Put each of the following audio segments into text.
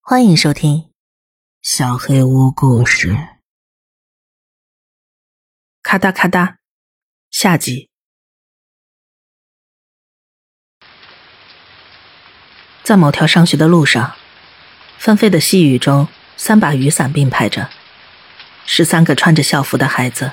欢迎收听小黑屋故事。咔哒咔哒，下集。在某条上学的路上，纷飞的细雨中，3把雨伞并排着，13个穿着校服的孩子。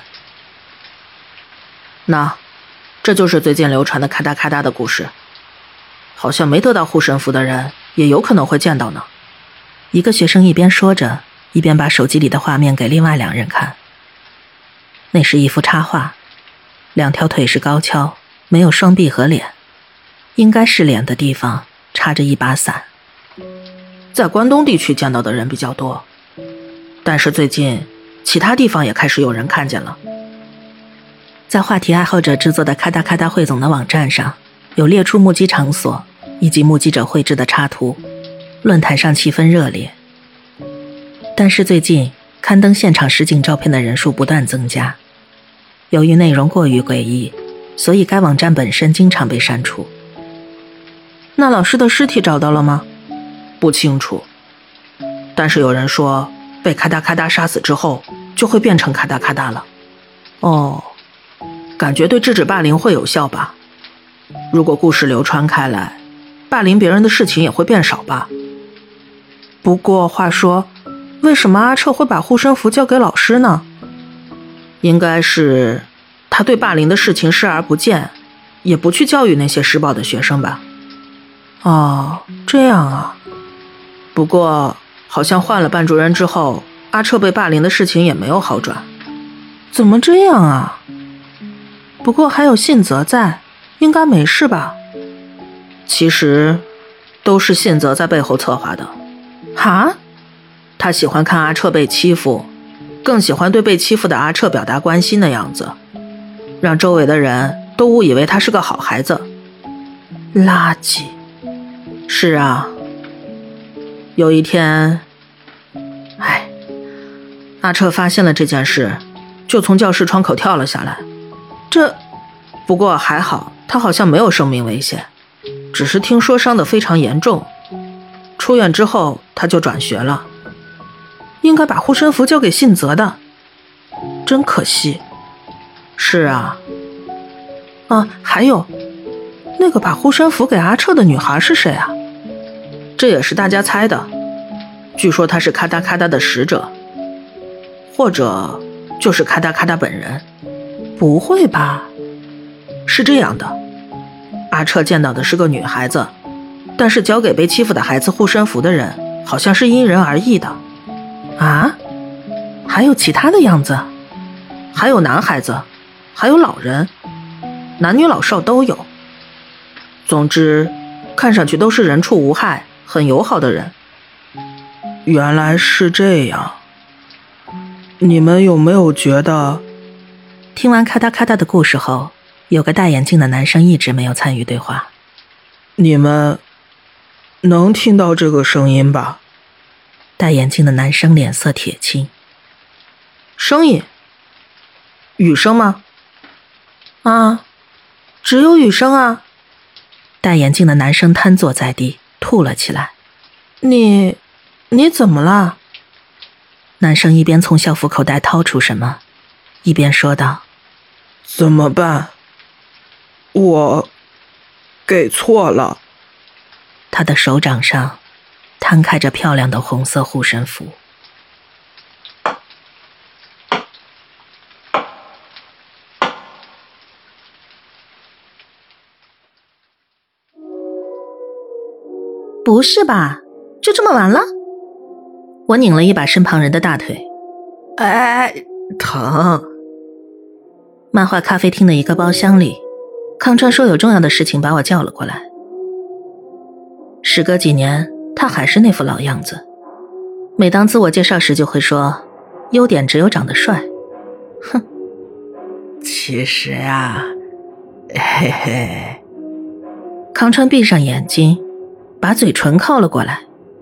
那，这就是最近流传的咔哒咔哒的故事。好像没得到护身符的人，也有可能会见到呢。一个学生一边说着，一边把手机里的画面给另外2人看。那是一幅插画，2条腿是高跷，没有双臂和脸，应该是脸的地方插着一把伞。在关东地区见到的人比较多，但是最近其他地方也开始有人看见了。在话题爱好者制作的咔哒咔哒汇总的网站上，有列出目击场所以及目击者绘制的插图，论坛上气氛热烈。但是最近刊登现场实景照片的人数不断增加，由于内容过于诡异，所以该网站本身经常被删除。那老师的尸体找到了吗？不清楚，但是有人说被咔哒咔哒杀死之后就会变成咔哒咔哒了。哦，感觉对制止霸凌会有效吧？如果故事流传开来，霸凌别人的事情也会变少吧。不过话说，为什么阿彻会把护身符交给老师呢？应该是他对霸凌的事情视而不见，也不去教育那些施暴的学生吧。哦，这样啊。不过好像换了班主任之后，阿彻被霸凌的事情也没有好转。怎么这样啊？不过还有信泽在，应该没事吧。其实都是信泽在背后策划的。哈？他喜欢看阿彻被欺负，更喜欢对被欺负的阿彻表达关心的样子，让周围的人都误以为他是个好孩子。垃圾。是啊，有一天，阿彻发现了这件事，就从教室窗口跳了下来。不过还好，他好像没有生命危险，只是听说伤得非常严重。出院之后他就转学了。应该把护身符交给信泽的，真可惜。是啊。还有，那个把护身符给阿彻的女孩是谁啊？这也是大家猜的。据说她是咔哒咔哒的使者，或者就是咔哒咔哒本人。不会吧？是这样的，阿彻见到的是个女孩子，但是交给被欺负的孩子护身符的人好像是因人而异的。啊？还有其他的样子？还有男孩子，还有老人，男女老少都有。总之看上去都是人畜无害，很友好的人。原来是这样。你们有没有觉得……听完咔哒咔哒的故事后，有个戴眼镜的男生一直没有参与对话。你们能听到这个声音吧？戴眼镜的男生脸色铁青。声音？雨声吗？啊，只有雨声啊。戴眼镜的男生瘫坐在地，吐了起来。你怎么了？男生一边从校服口袋掏出什么，一边说道：怎么办？我给错了。他的手掌上摊开着漂亮的红色护身符。不是吧？就这么完了？我拧了一把身旁人的大腿。疼。漫画咖啡厅的一个包厢里，康川说有重要的事情把我叫了过来。时隔几年，他还是那副老样子，每当自我介绍时就会说优点只有长得帅。哼，其实啊，嘿嘿。康川闭上眼睛，把嘴唇靠了过来。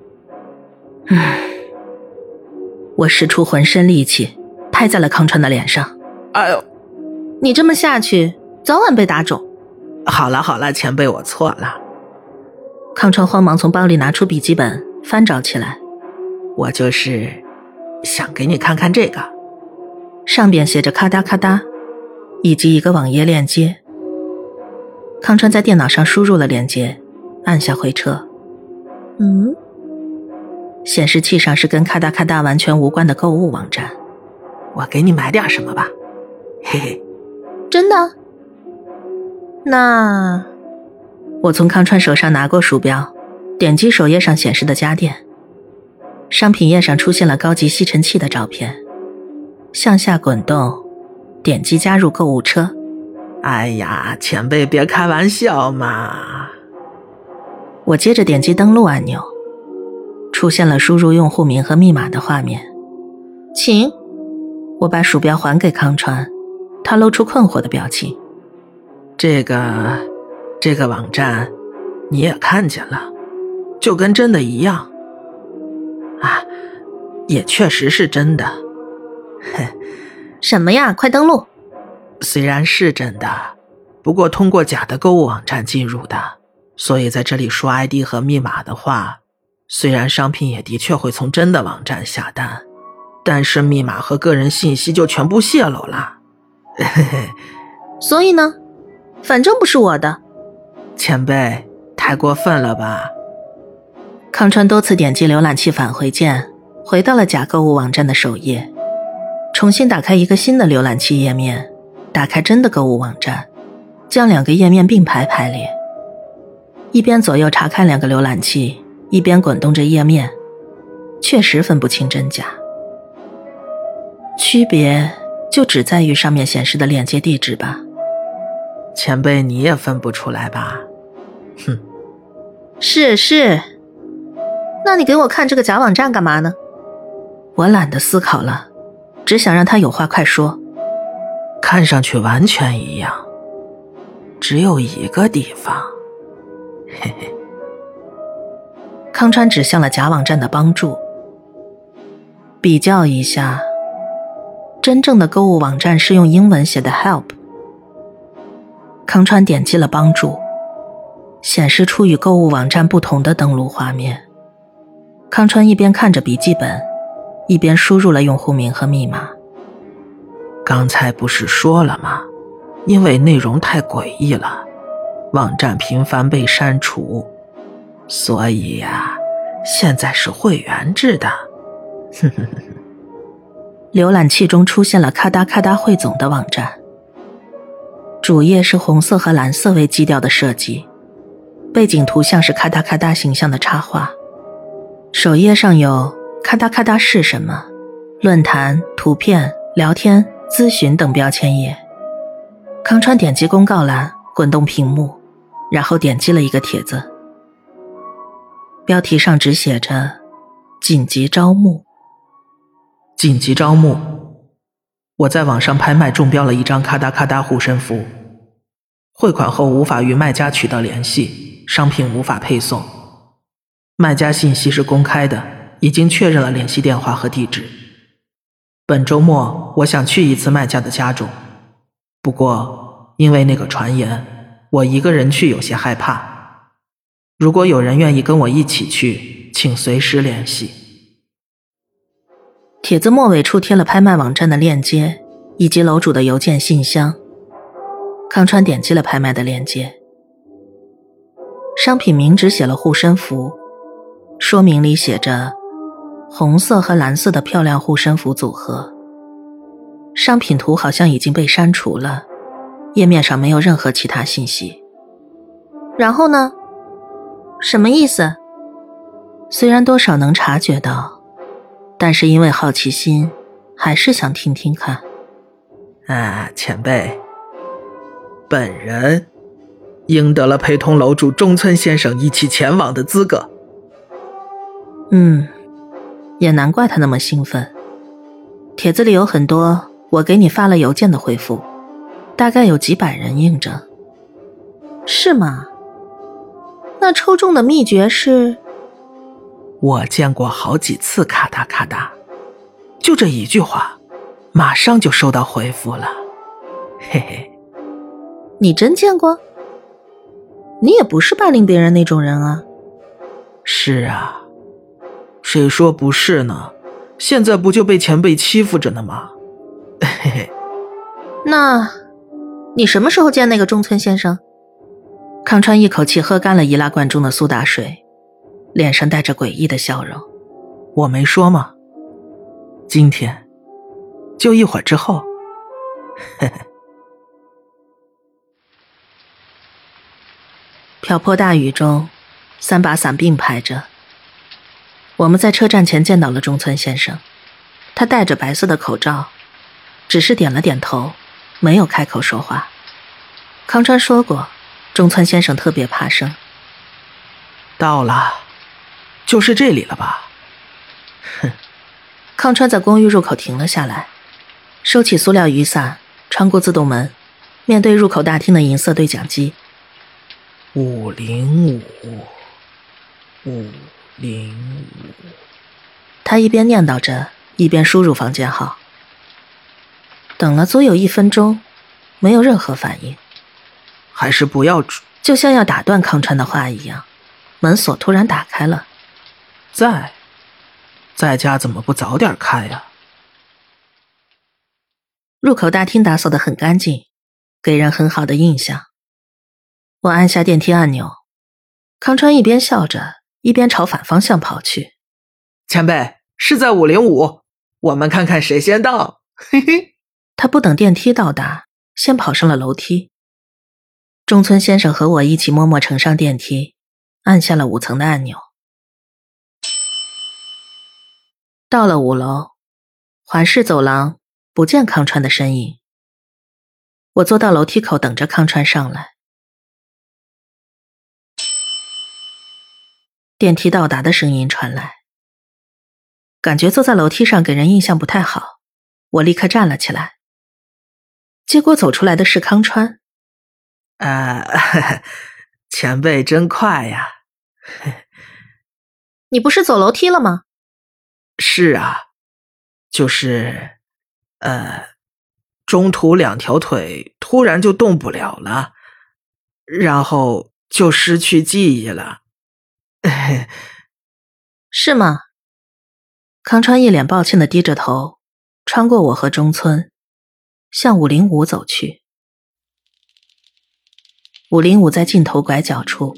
我使出浑身力气拍在了康川的脸上。哎呦，你这么下去早晚被打肿。好了，前辈，我错了。康川慌忙从包里拿出笔记本翻找起来， 我就是想给你看看这个。 上边写着咔哒咔哒，以及一个网页链接。康川在电脑上输入了链接，按下回车。显示器上是跟咔哒咔哒完全无关的购物网站。 我给你买点什么吧，嘿嘿。 真的？那……我从康川手上拿过鼠标，点击首页上显示的家电，商品页上出现了高级吸尘器的照片，向下滚动，点击加入购物车。 哎呀，前辈别开玩笑嘛。 我接着点击登录按钮，出现了输入用户名和密码的画面。请。我把鼠标还给康川，他露出困惑的表情。 这个网站你也看见了，就跟真的一样。啊，也确实是真的。 什么呀？快登录。 虽然是真的，不过通过假的购物网站进入的，所以在这里输 ID 和密码的话，虽然商品也的确会从真的网站下单，但是密码和个人信息就全部泄露了。 所以呢？反正不是我的。 前辈，太过分了吧？ 康川多次点击浏览器返回键，回到了假购物网站的首页，重新打开一个新的浏览器页面，打开真的购物网站，将两个页面并排排列，一边左右查看两个浏览器，一边滚动着页面，确实分不清真假。区别就只在于上面显示的链接地址吧。 前辈你也分不出来吧？哼。 是，那你给我看这个假网站干嘛呢？我懒得思考了，只想让他有话快说。 看上去完全一样，只有一个地方。嘿嘿。 康川指向了假网站的帮助，比较一下，真正的购物网站是用英文写的 help。康川点击了帮助，显示出与购物网站不同的登录画面。康川一边看着笔记本，一边输入了用户名和密码。 刚才不是说了吗？因为内容太诡异了，网站频繁被删除，所以呀，现在是会员制的。 浏览器中出现了咔哒咔哒汇总的网站，主页是红色和蓝色为基调的设计，背景图像是咔哒咔哒形象的插画。首页上有咔哒咔哒是什么、论坛、图片、聊天、咨询等标签页。康川点击公告栏，滚动屏幕，然后点击了一个帖子，标题上只写着紧急招募。 紧急招募，我在网上拍卖中标了一张咔哒咔哒护身符，汇款后无法与卖家取得联系，商品无法配送。卖家信息是公开的，已经确认了联系电话和地址。本周末我想去一次卖家的家中，不过因为那个传言，我一个人去有些害怕。如果有人愿意跟我一起去，请随时联系。 帖子末尾处贴了拍卖网站的链接以及楼主的邮件信箱。康川点击了拍卖的链接，商品名只写了护身符，说明里写着红色和蓝色的漂亮护身符组合。商品图好像已经被删除了，页面上没有任何其他信息。然后呢？什么意思？虽然多少能察觉到，但是因为好奇心，还是想听听看。 前辈，本人赢得了陪同楼主中村先生一起前往的资格。 也难怪他那么兴奋。帖子里有很多我给你发了邮件的回复，大概有几百人应征。是吗？那抽中的秘诀是？ 我见过好几次咔哒咔哒，就这一句话，马上就收到回复了。嘿嘿。 你真见过？你也不是霸凌别人那种人啊。 是啊， 谁说不是呢？现在不就被前辈欺负着呢吗？嘿嘿。 那你什么时候见那个中村先生？康川一口气喝干了易拉罐中的苏打水，脸上带着诡异的笑容。 我没说吗？今天，就一会儿之后。嘿嘿。 瓢泼大雨中，3把伞并排着。我们在车站前见到了中村先生，他戴着白色的口罩，只是点了点头，没有开口说话。康川说过，中村先生特别怕生。 到了，就是这里了吧？哼。 康川在公寓入口停了下来，收起塑料雨伞，穿过自动门，面对入口大厅的银色对讲机。 505， 他一边念叨着，一边输入房间号。等了足有1分钟，没有任何反应。 还是不要就像要打断康川的话一样，门锁突然打开了。 在家怎么不早点开呀？ 入口大厅打扫得很干净，给人很好的印象。我按下电梯按钮，康川一边笑着，一边朝反方向跑去。 前辈，是在505，我们看看谁先到。嘿嘿。 他不等电梯到达，先跑上了楼梯。中村先生和我一起默默乘上电梯，按下了5层的按钮。到了5楼，环视走廊，不见康川的身影。我坐到楼梯口等着康川上来。电梯到达的声音传来，感觉坐在楼梯上给人印象不太好，我立刻站了起来。结果走出来的是康川。 前辈真快呀。 你不是走楼梯了吗？ 是啊，就是中途2条腿突然就动不了了，然后就失去记忆了。 是吗？康川一脸抱歉地低着头，穿过我和中村，向505走去。505在尽头拐角处，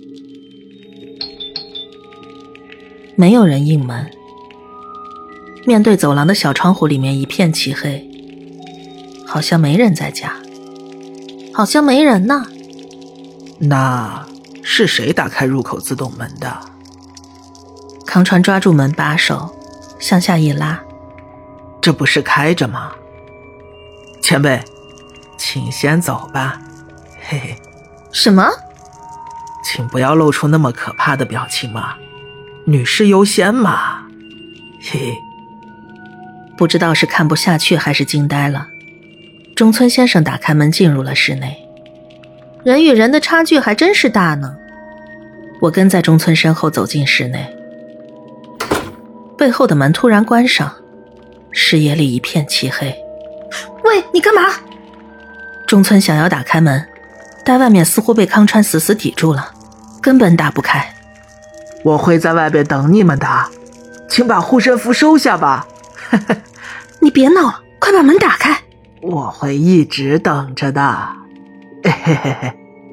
没有人应门。面对走廊的小窗户里面一片漆黑，好像没人在家，好像没人呢。 那是谁打开入口自动门的？ 康川抓住门把手，向下一拉。 这不是开着吗？前辈，请先走吧。嘿嘿。 什么？ 请不要露出那么可怕的表情嘛，女士优先嘛。嘿嘿。 不知道是看不下去还是惊呆了，中村先生打开门进入了室内。人与人的差距还真是大呢。我跟在中村身后走进室内，背后的门突然关上，视野里一片漆黑。喂，你干嘛？中村想要打开门，但外面似乎被康川死死抵住了，根本打不开。 我会在外边等你们的，请把护身符收下吧。 你别闹了，快把门打开。 我会一直等着的。嘿嘿嘿嘿。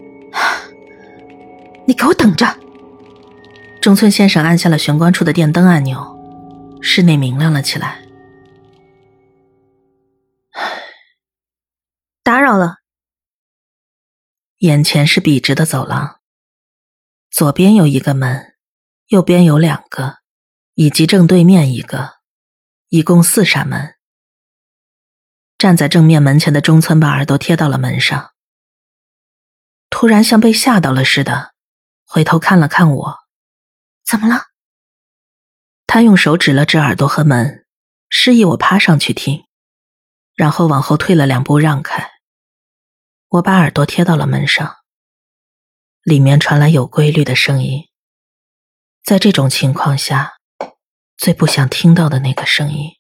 你给我等着。中村先生按下了玄关处的电灯按钮，室内明亮了起来。打扰了。眼前是笔直的走廊，左边有一个门，右边有2个，以及正对面一个，一共4扇门。站在正面门前的中村把耳朵贴到了门上，突然像被吓到了似的，回头看了看我。怎么了？他用手指了指耳朵和门，示意我趴上去听，然后往后退了2步让开。我把耳朵贴到了门上，里面传来有规律的声音，在这种情况下最不想听到的那个声音。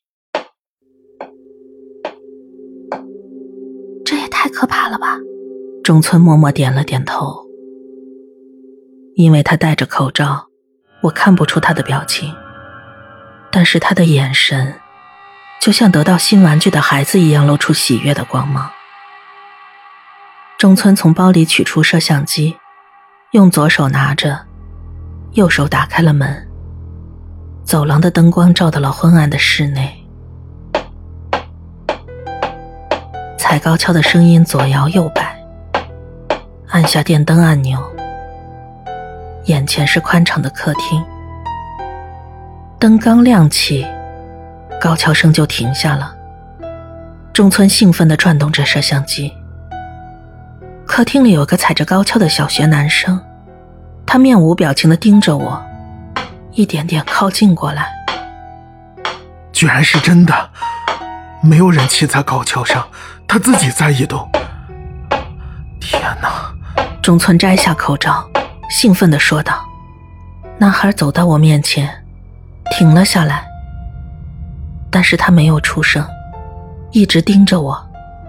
这也太可怕了吧。中村默默点了点头，因为他戴着口罩，我看不出他的表情。 是他的眼神就像得到新玩具的孩子一样，露出喜悦的光芒。中村从包里取出摄像机，用左手拿着，右手打开了门。走廊的灯光照到了昏暗的室内，踩高跷的声音左摇右摆，按下电灯按钮。眼前是宽敞的客厅，灯刚亮起，高跷声就停下了。中村兴奋地转动着摄像机。客厅里有个踩着高跷的小学男生，他面无表情地盯着我，一点点靠近过来。 居然是真的，没有人骑在高跷上，他自己在移动。天哪！ 中村摘下口罩，兴奋地说道。男孩走到我面前，停了下来，但是他没有出声，一直盯着我。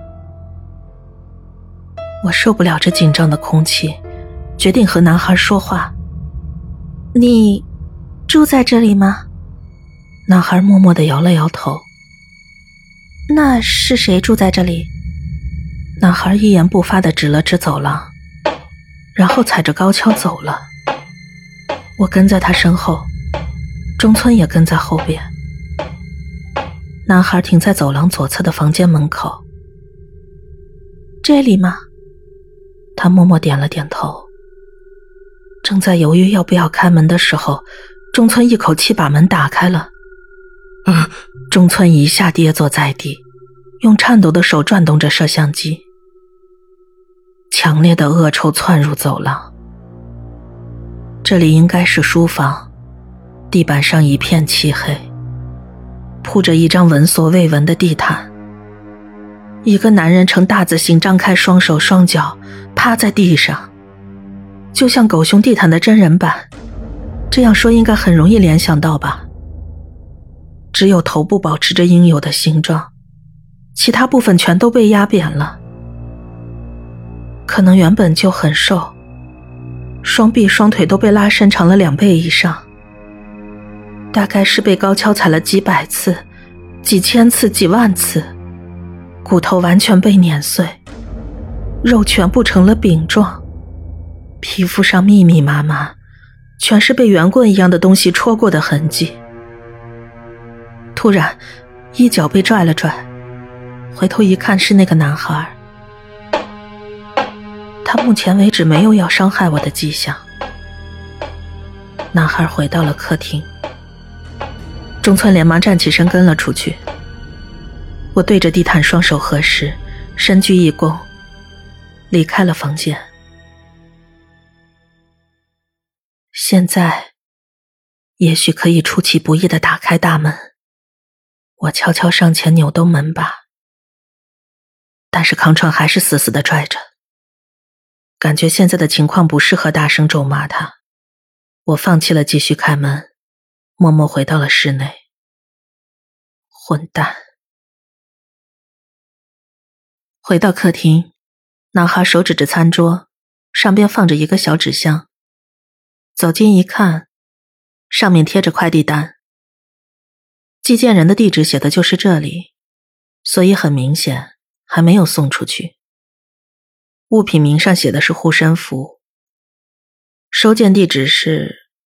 我受不了这紧张的空气，决定和男孩说话。你住在这里吗？男孩默默地摇了摇头。那是谁住在这里？男孩一言不发地指了指走廊，然后踩着高跷走了。我跟在他身后，中村也跟在后边。男孩停在走廊左侧的房间门口。这里吗？他默默点了点头。正在犹豫要不要开门的时候，中村一口气把门打开了。中村一下跌坐在地，用颤抖的手转动着摄像机。强烈的恶臭窜入走廊。这里应该是书房，地板上一片漆黑，铺着一张闻所未闻的地毯。一个男人呈大字形张开双手双脚，趴在地上，就像狗熊地毯的真人版。这样说应该很容易联想到吧。只有头部保持着应有的形状，其他部分全都被压扁了。可能原本就很瘦，双臂双腿都被拉伸长了2倍以上，大概是被高跷踩了几百次、几千次、几万次，骨头完全被碾碎，肉全部成了饼状，皮肤上密密麻麻，全是被圆棍一样的东西戳过的痕迹。突然，一脚被拽了拽，回头一看是那个男孩。他目前为止没有要伤害我的迹象。男孩回到了客厅，中村连忙站起身跟了出去。我对着地毯双手合十，深鞠一躬，离开了房间。现在也许可以出其不意地打开大门。我悄悄上前扭动门把，但是康川还是死死地拽着。感觉现在的情况不适合大声咒骂他，我放弃了继续开门，默默回到了室内。混蛋！回到客厅，男孩手指着餐桌，上边放着一个小纸箱。走近一看，上面贴着快递单。寄件人的地址写的就是这里，所以很明显还没有送出去。物品名上写的是护身符，收件地址是……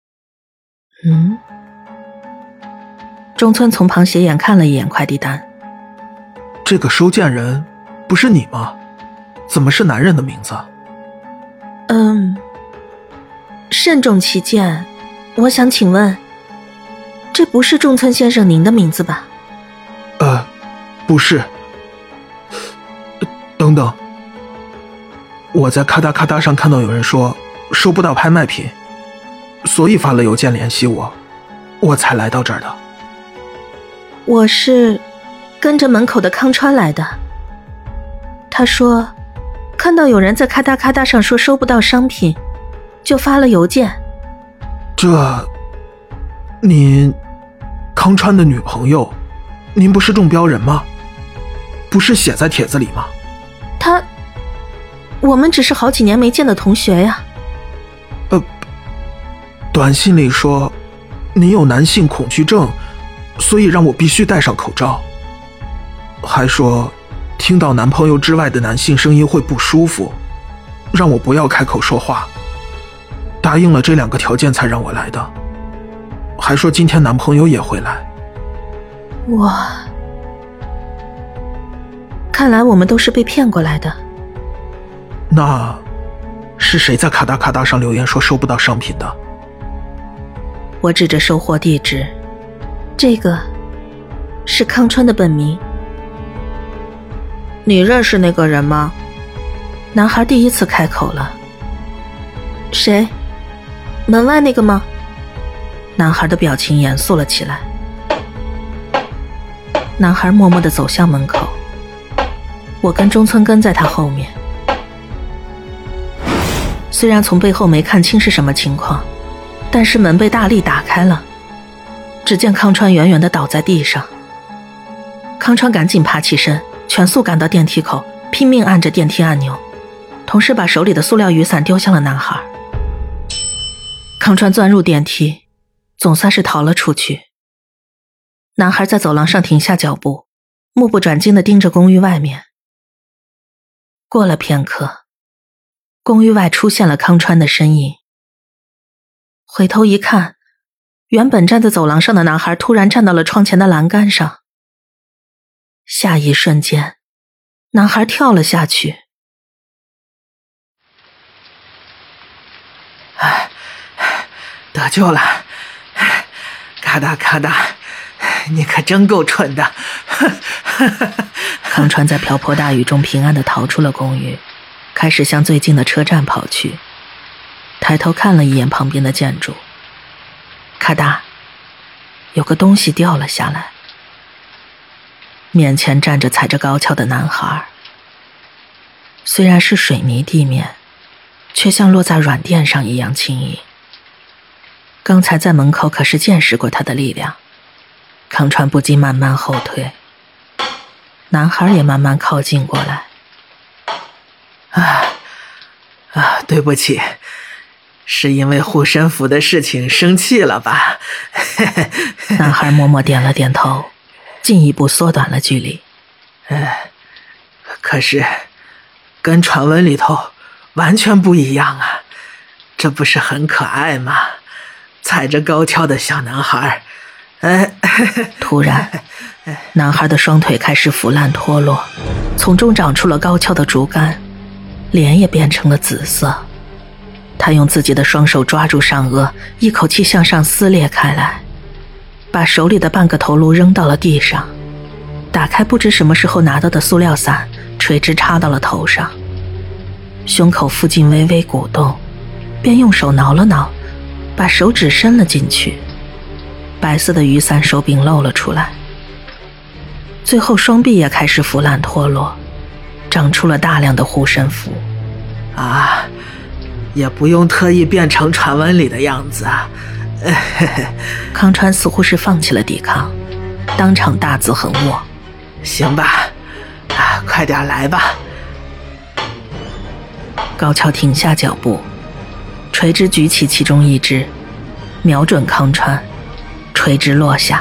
中村从旁斜眼看了一眼快递单。 这个收件人不是你吗？怎么是男人的名字？ 慎重起见，我想请问，这不是中村先生您的名字吧？ 不是。等等，我在咔嗒咔嗒上看到有人说收不到拍卖品，所以发了邮件联系我才来到这儿的。 我是跟着门口的康川来的，他说看到有人在咔嗒咔嗒上说收不到商品，就发了邮件。 您康川的女朋友，您不是中标人吗？不是写在帖子里吗？ 我们只是好几年没见的同学呀。 短信里说您有男性恐惧症， 所以让我必须戴上口罩。还说听到男朋友之外的男性声音会不舒服，让我不要开口说话。答应了这2个条件才让我来的。还说今天男朋友也会来。 看来我们都是被骗过来的。 那是谁在咔哒咔哒上留言说收不到商品的？ 我指着收货地址，这个是康川的本名。你认识那个人吗？男孩第一次开口了。谁？门外那个吗？男孩的表情严肃了起来。男孩默默地走向门口，我跟中村跟在他后面。虽然从背后没看清是什么情况，但是门被大力打开了，只见康川远远地倒在地上。康川赶紧爬起身，全速赶到电梯口，拼命按着电梯按钮，同时把手里的塑料雨伞丢向了男孩。康川钻入电梯，总算是逃了出去。男孩在走廊上停下脚步，目不转睛地盯着公寓外面。过了片刻，公寓外出现了康川的身影。回头一看，原本站在走廊上的男孩突然站到了窗前的栏杆上。下一瞬间，男孩跳了下去。 得救了！咔哒咔哒，你可真够蠢的！ 康川在瓢泼大雨中平安地逃出了公寓，开始向最近的车站跑去。抬头看了一眼旁边的建筑，咔哒，有个东西掉了下来。面前站着踩着高跷的男孩，虽然是水泥地面，却像落在软垫上一样轻盈。刚才在门口可是见识过他的力量，康川不禁慢慢后退，男孩也慢慢靠近过来。 对不起，是因为护身符的事情生气了吧？ 男孩默默点了点头，进一步缩短了距离。 可是跟传闻里头完全不一样啊，这不是很可爱吗？踩着高跷的小男孩。 突然，男孩的双腿开始腐烂脱落，从中长出了高跷的竹竿，脸也变成了紫色。他用自己的双手抓住上颚，一口气向上撕裂开来，把手里的半个头颅扔到了地上，打开不知什么时候拿到的塑料伞，垂直插到了头上。胸口附近微微鼓动，便用手挠了挠，把手指伸了进去，白色的雨伞手柄露了出来。最后双臂也开始腐烂脱落，长出了大量的护身符。 也不用特意变成传闻里的样子啊。 康川似乎是放弃了抵抗，当场大字横握。 行吧，快点来吧。 高跷停下脚步，垂直举起其中一只，瞄准康川，垂直落下。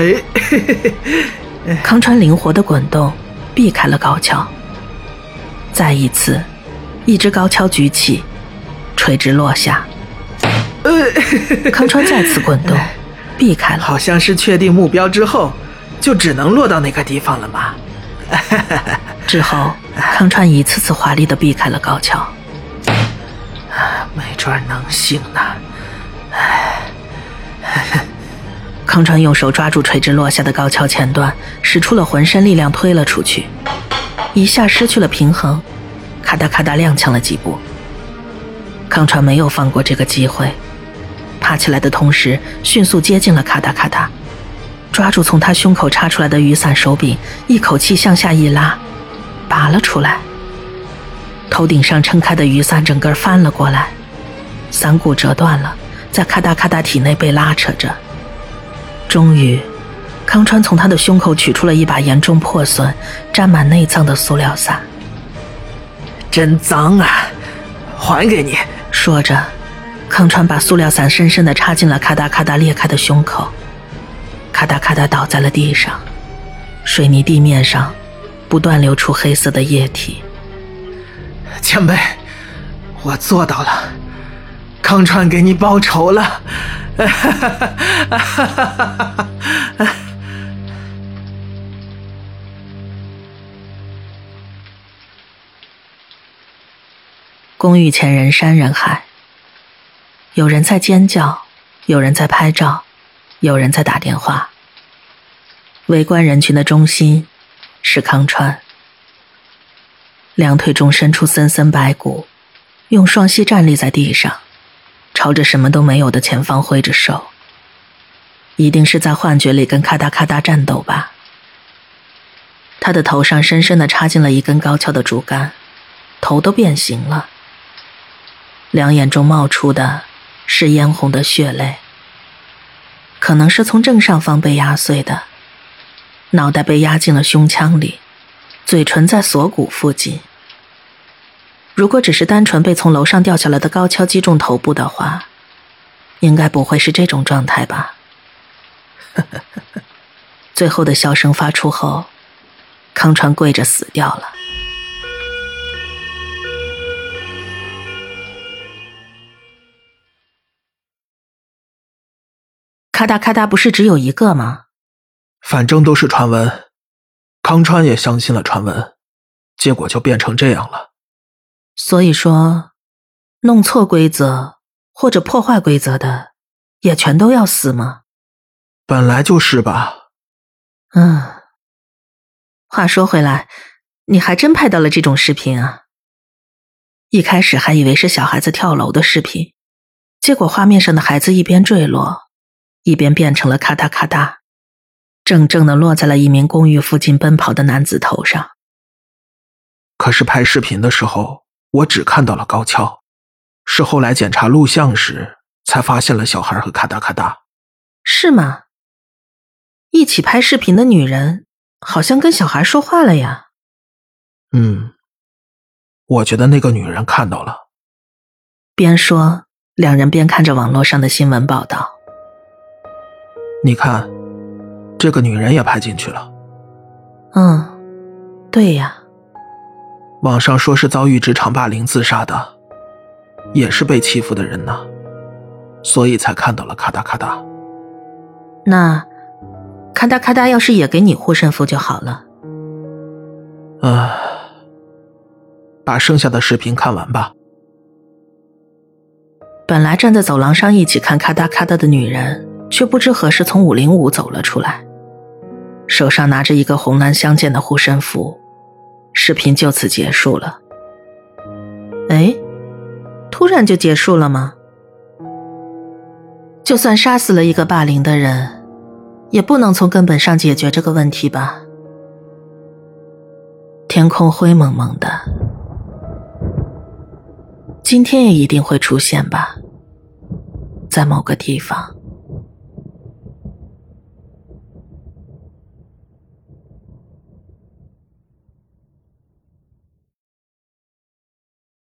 康川灵活地滚动，避开了高跷。再一次，一只高跷举起，垂直落下。康川再次滚动，避开了。 好像是确定目标之后，就只能落到那个地方了嘛。 之后，康川一次次华丽地避开了高跷。 没准能行呢。 康川用手抓住垂直落下的高跷前端，使出了浑身力量推了出去，一下失去了平衡，咔嗒咔嗒踉跄了几步。康川没有放过这个机会，爬起来的同时迅速接近了咔嗒咔嗒，抓住从他胸口插出来的雨伞手柄，一口气向下一拉，拔了出来。头顶上撑开的雨伞整个翻了过来，伞骨折断了，在咔嗒咔嗒体内被拉扯着。终于，康川从他的胸口取出了一把严重破损、沾满内脏的塑料伞。 真脏啊，还给你。 说着，康川把塑料伞深深地插进了咔嗒咔嗒裂开的胸口。 咔嗒咔嗒倒在了地上，水泥地面上不断流出黑色的液体。 前辈，我做到了，康川给你报仇了。 公寓前人山人海，有人在尖叫，有人在拍照，有人在打电话。围观人群的中心是康川，两腿中伸出森森白骨，用双膝站立在地上，朝着什么都没有的前方挥着手。一定是在幻觉里跟咔嗒咔嗒战斗吧。他的头上深深地插进了一根高跷的竹竿，头都变形了。两眼中冒出的是嫣红的血泪，可能是从正上方被压碎的，脑袋被压进了胸腔里，嘴唇在锁骨附近。如果只是单纯被从楼上掉下来的高跷击中头部的话，应该不会是这种状态吧。最后的笑声发出后，康川跪着死掉了。咔嗒咔嗒不是只有一个吗？ 反正都是传闻，康川也相信了传闻，结果就变成这样了。 所以说，弄错规则或者破坏规则的，也全都要死吗？ 本来就是吧。 话说回来，你还真拍到了这种视频啊？一开始还以为是小孩子跳楼的视频，结果画面上的孩子一边坠落，一边变成了咔嗒咔嗒，正正地落在了一名公寓附近奔跑的男子头上。 可是拍视频的时候，我只看到了高跷，是后来检查录像时才发现了小孩和咔嗒咔嗒。 是吗？一起拍视频的女人好像跟小孩说话了呀。 我觉得那个女人看到了。 边说，两人边看着网络上的新闻报道。 你看，这个女人也拍进去了。 对呀。 网上说是遭遇职场霸凌自杀的，也是被欺负的人呢，所以才看到了咔嗒咔嗒。 那咔嗒咔嗒要是也给你护身符就好了。 把剩下的视频看完吧。 本来站在走廊上一起看咔嗒咔嗒的女人，却不知何时从505走了出来，手上拿着一个红蓝相间的护身符。视频就此结束了。突然就结束了吗？就算杀死了一个霸凌的人，也不能从根本上解决这个问题吧。天空灰蒙蒙的，今天也一定会出现吧，在某个地方。